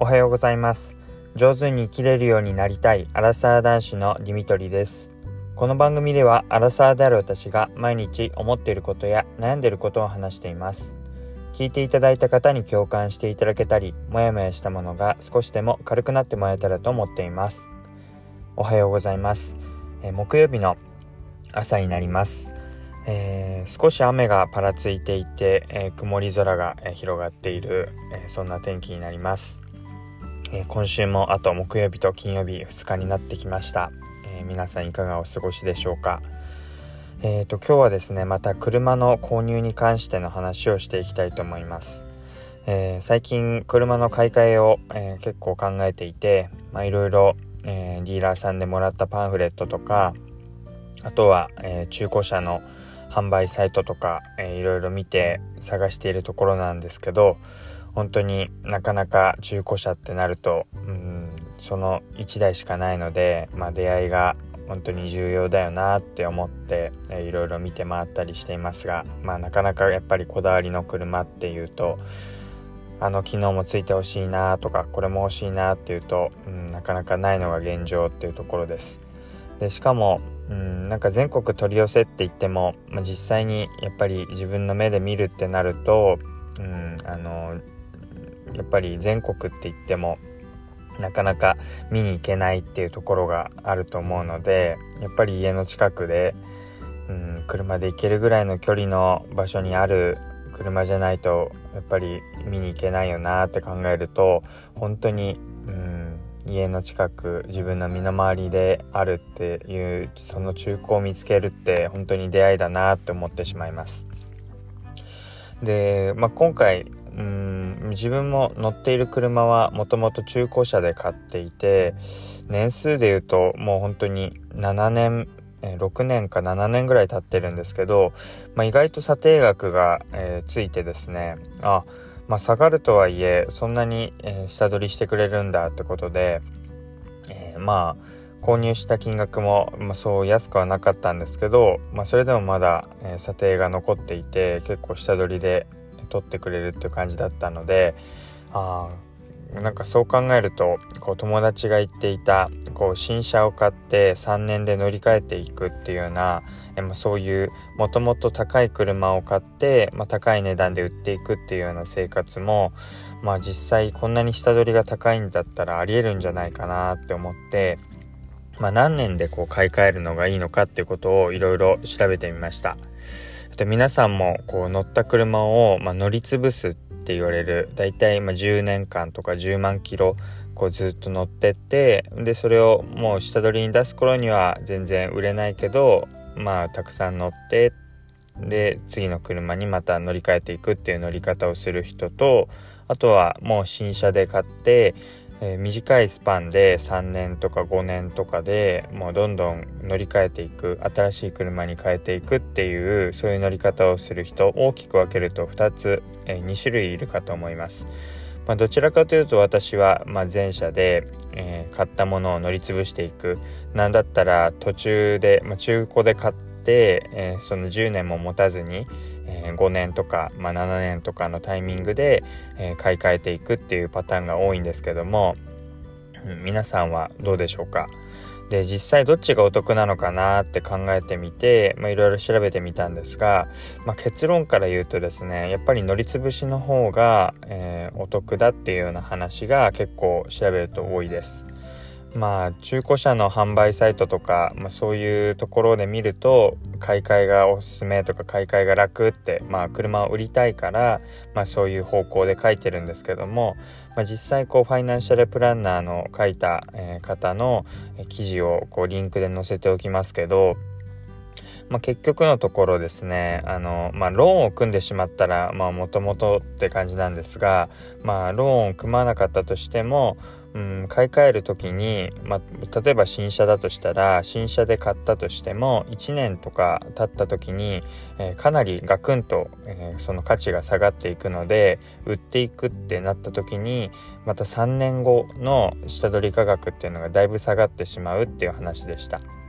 おはようございます。上手に生きれるようになりたいアラサー男子のディミトリです。この番組ではアラサーである私が毎日思っていることや悩んでいることを話しています。聞いていただいた方に共感していただけたり、もやもやしたものが少しでも軽くなってもらえたらと思っています。おはようございます。木曜日の朝になります。少し雨がぱらついていて、曇り空が広がっている、そんな天気になります。今週もあと木曜日と金曜日2日になってきました。皆さんいかがお過ごしでしょうか。今日はですね、また車の購入に関しての話をしていきたいと思います。最近車の買い替えを、結構考えていて、いろいろ、ディーラーさんでもらったパンフレットとか、あとは、中古車の販売サイトとか、いろいろ見て探しているところなんですけど、本当になかなか中古車ってなると、その1台しかないので、出会いが本当に重要だよなって思って、いろいろ見て回ったりしていますが、なかなかやっぱりこだわりの車っていうと、機能もついてほしいなとか、これも欲しいなっていうと、なかなかないのが現状っていうところです。でしかもなんか全国取り寄せって言っても、実際にやっぱり自分の目で見るってなると、やっぱり全国って言ってもなかなか見に行けないっていうところがあると思うので、やっぱり家の近くで、車で行けるぐらいの距離の場所にある車じゃないとやっぱり見に行けないよなって考えると、本当に家の近く、自分の身の回りであるっていうその中古を見つけるって本当に出会いだなって思ってしまいます。で、今回自分も乗っている車はもともと中古車で買っていて、年数でいうともう本当に6年か7年ぐらい経ってるんですけど、意外と査定額が、ついてですね、下がるとはいえそんなに、下取りしてくれるんだってことで、購入した金額も、そう安くはなかったんですけど、それでもまだ、査定が残っていて、結構下取りで取ってくれるっていう感じだったので、なんかそう考えると、友達が言っていた新車を買って3年で乗り換えていくっていうような、そういうもともと高い車を買って、高い値段で売っていくっていうような生活も、実際こんなに下取りが高いんだったらありえるんじゃないかなって思って、何年で買い替えるのがいいのかっていうことをいろいろ調べてみました。皆さんも乗った車を、乗り潰すって言われる、だいたい10年間とか10万キロずっと乗ってって、でそれをもう下取りに出す頃には全然売れないけど、たくさん乗って、で次の車にまた乗り換えていくっていう乗り方をする人と、あとはもう新車で買って、短いスパンで3年とか5年とかでもうどんどん乗り換えていく、新しい車に変えていくっていう、そういう乗り方をする人、大きく分けると2つ、2種類いるかと思います。どちらかというと私は前者で、買ったものを乗り潰していく、なんだったら途中で、中古で買って、その10年も持たずに5年とか、7年とかのタイミングで、買い替えていくっていうパターンが多いんですけども、皆さんはどうでしょうか。で実際どっちがお得なのかなって考えてみて、いろいろ調べてみたんですが、結論から言うとですね、やっぱり乗り潰しの方が、お得だっていうような話が結構調べると多いです。中古車の販売サイトとか、そういうところで見ると、買い替えがおすすめとか買い替えが楽って、車を売りたいから、そういう方向で書いてるんですけども、実際ファイナンシャルプランナーの書いた、方の記事をリンクで載せておきますけど、結局のところですね、ローンを組んでしまったらもともとって感じなんですが、ローンを組まなかったとしても、買い替える時に、例えば新車だとしたら、新車で買ったとしても1年とか経った時に、かなりガクンと、その価値が下がっていくので、売っていくってなった時にまた3年後の下取り価格っていうのがだいぶ下がってしまうっていう話でした。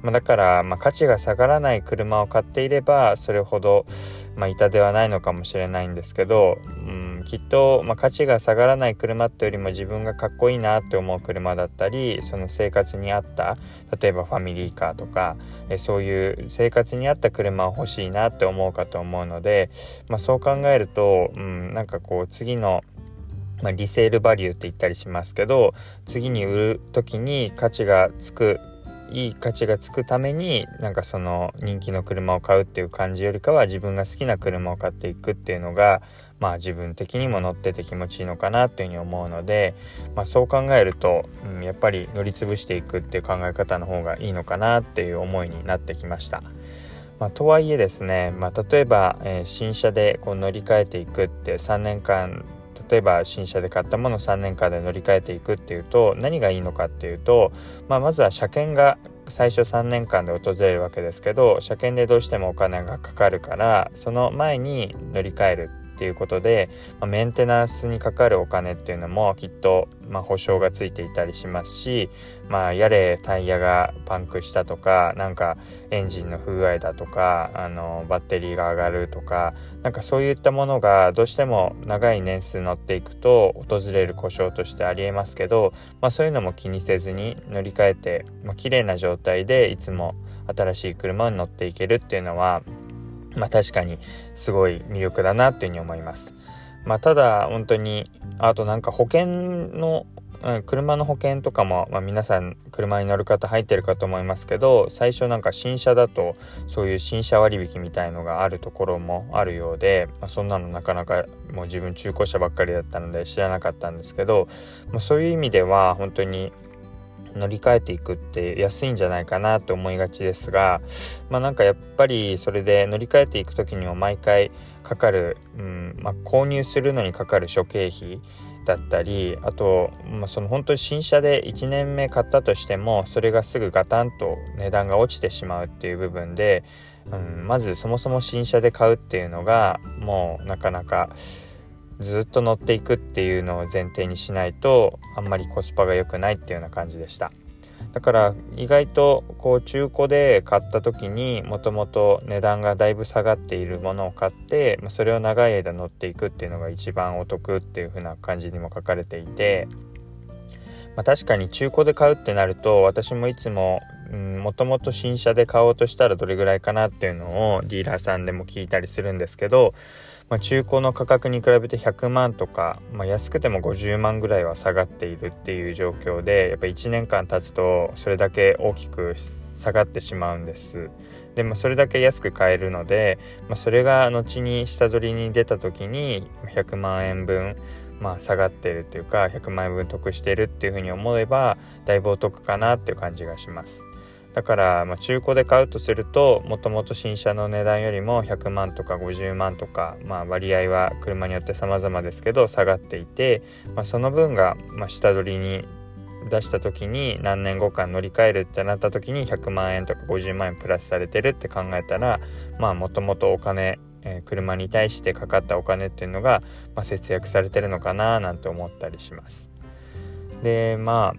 だから、価値が下がらない車を買っていればそれほど、痛手はないのかもしれないんですけど、きっと、価値が下がらない車ってよりも自分がかっこいいなって思う車だったり、その生活に合った例えばファミリーカーとか、そういう生活に合った車を欲しいなって思うかと思うので、そう考えると、なんかこう次のリセールバリューって言ったりしますけど、次に売る時にいい価値がつくためになんかその人気の車を買うっていう感じよりかは、自分が好きな車を買っていくっていうのが自分的にも乗ってて気持ちいいのかなというふうに思うので、そう考えると、やっぱり乗り潰していくっていう考え方の方がいいのかなっていう思いになってきました。とはいえですね、例えば、新車でこう乗り換えていくって3年間、例えば新車で買ったものを3年間で乗り換えていくっていうと何がいいのかっていうと、まずは車検が最初3年間で訪れるわけですけど、車検でどうしてもお金がかかるから、その前に乗り換えるっていうことで、メンテナンスにかかるお金っていうのもきっと、保証がついていたりしますし、やれタイヤがパンクしたとか、なんかエンジンの不具合だとか、バッテリーが上がるとか、なんかそういったものがどうしても長い年数乗っていくと訪れる故障としてありえますけど、そういうのも気にせずに乗り換えて、綺麗な状態でいつも新しい車に乗っていけるっていうのは、確かにすごい魅力だなっていうふうに思います。ただ本当にあとなんか保険の車の保険とかも、皆さん車に乗る方入ってるかと思いますけど、最初なんか新車だとそういう新車割引みたいのがあるところもあるようで、そんなのなかなかもう自分中古車ばっかりだったので知らなかったんですけど、そういう意味では本当に乗り換えていくって安いんじゃないかなと思いがちですが、なんかやっぱりそれで乗り換えていく時にも毎回かかる、購入するのにかかる諸経費だったり、あと、その本当に新車で1年目買ったとしてもそれがすぐガタンと値段が落ちてしまうっていう部分で、まずそもそも新車で買うっていうのがもうなかなかずっと乗っていくっていうのを前提にしないとあんまりコスパが良くないっていうような感じでした。だから意外とこう中古で買った時にもともと値段がだいぶ下がっているものを買って、それを長い間乗っていくっていうのが一番お得っていう風な感じにも書かれていて、確かに中古で買うってなると私もいつももともと新車で買おうとしたらどれぐらいかなっていうのをディーラーさんでも聞いたりするんですけど、中古の価格に比べて100万とか、安くても50万ぐらいは下がっているっていう状況で、やっぱ1年間経つとそれだけ大きく下がってしまうんです。でもそれだけ安く買えるので、それが後に下取りに出た時に100万円分下がっているっていうか100万円分得しているっていうふうに思えばだいぶお得かなっていう感じがします。だから中古で買うとするともともと新車の値段よりも100万とか50万とか、割合は車によって様々ですけど下がっていて、その分が下取りに出した時に何年後か乗り換えるってなった時に100万円とか50万円プラスされてるって考えたら、もともとお金、車に対してかかったお金っていうのが、節約されてるのかななんて思ったりします。で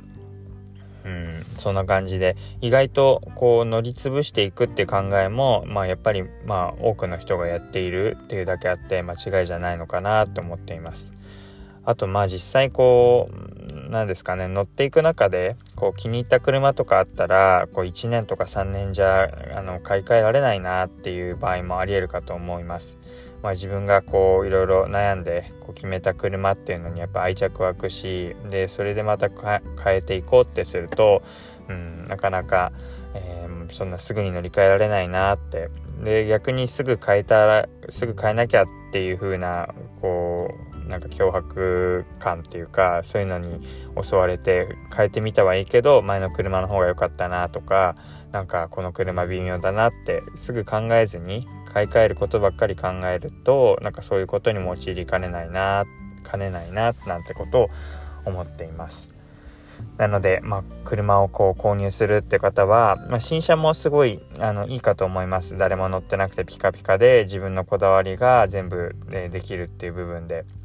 そんな感じで意外とこう乗り潰していくっていう考えもやっぱり多くの人がやっているっていうだけあって間違いじゃないのかなと思っています。あと実際こうなんですかね、乗っていく中でこう気に入った車とかあったらこう1年とか3年じゃ買い替えられないなっていう場合もありえるかと思います。自分がこういろいろ悩んでこう決めた車っていうのにやっぱ愛着湧くし、でそれでまた変えていこうってすると、なかなか、そんなすぐに乗り換えられないなって、で逆にすぐ変えなきゃっていう風なこうなんか脅迫感っていうかそういうのに襲われて変えてみたはいいけど前の車の方が良かったなとか、なんかこの車微妙だなってすぐ考えずに買い替えることばっかり考えるとなんかそういうことにも陥りかねないななんてことを思っています。なので、車をこう購入するって方は、新車もすごいいいかと思います。誰も乗ってなくてピカピカで自分のこだわりが全部、できるっていう部分で、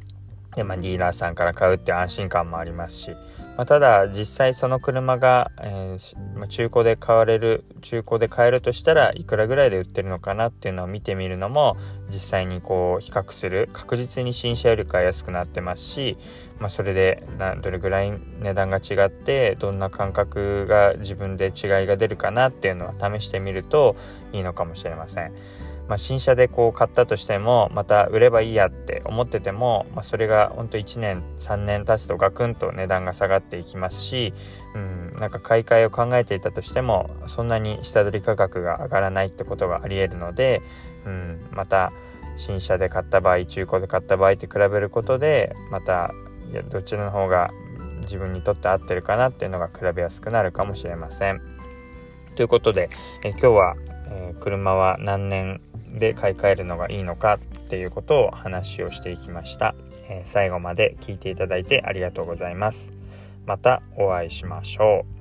で、ディーラーさんから買うっていう安心感もありますし、ただ実際その車が、中古で買えるとしたらいくらぐらいで売ってるのかなっていうのを見てみるのも、実際にこう比較する、確実に新車よりか安くなってますし、それでどれぐらい値段が違ってどんな感覚が自分で違いが出るかなっていうのは試してみるといいのかもしれません。新車でこう買ったとしても、また売ればいいやって思ってても、それが本当1年3年経つとガクンと値段が下がっていきますし、買い替えを考えていたとしてもそんなに下取り価格が上がらないってことがあり得るので、また新車で買った場合、中古で買った場合って比べることで、またどちらの方が自分にとって合ってるかなっていうのが比べやすくなるかもしれません。ということで、今日は、車は何年で買い替えるのがいいのかっていうことを話をしていきました。最後まで聞いていただいてありがとうございます。またお会いしましょう。